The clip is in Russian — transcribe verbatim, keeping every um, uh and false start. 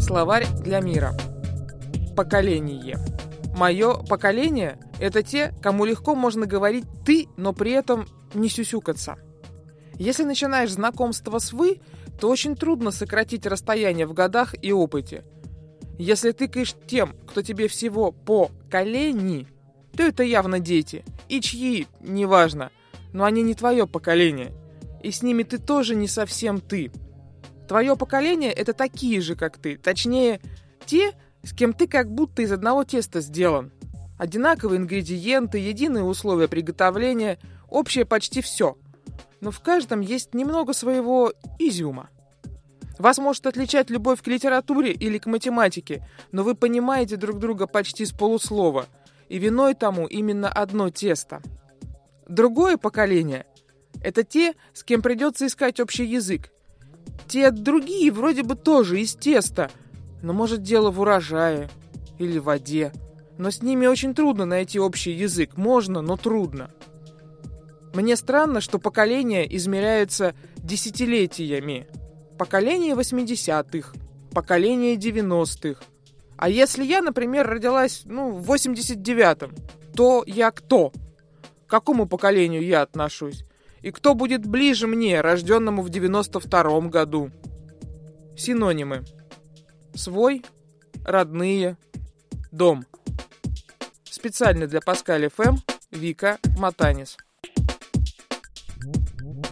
Словарь для мира. Поколение. Мое поколение – это те, кому легко можно говорить «ты», но при этом не сюсюкаться. Если начинаешь знакомство с «вы», то очень трудно сократить расстояние в годах и опыте. Если тыкаешь тем, кто тебе всего по колени, то это явно дети. И чьи, неважно, но они не твое поколение. И с ними ты тоже не совсем ты. Твое поколение – это такие же, как ты. Точнее, те, с кем ты как будто из одного теста сделан. Одинаковые ингредиенты, единые условия приготовления, общее почти все. Но в каждом есть немного своего изюма. Вас может отличать любовь к литературе или к математике, но вы понимаете друг друга почти с полуслова, и виной тому именно одно тесто. Другое поколение – это те, с кем придется искать общий язык. Те другие вроде бы тоже из теста, но может дело в урожае или в воде. Но с ними очень трудно найти общий язык. Можно, но трудно. Мне странно, что поколения измеряются десятилетиями. Поколение восьмидесятых, поколение девяностых. А если я, например, родилась ну, в восемьдесят девятом, то я кто? К какому поколению я отношусь? И кто будет ближе мне, рожденному в девяносто втором году? Синонимы. Свой, родные, дом. Специально для Паскаль эф эм Вика Матанис.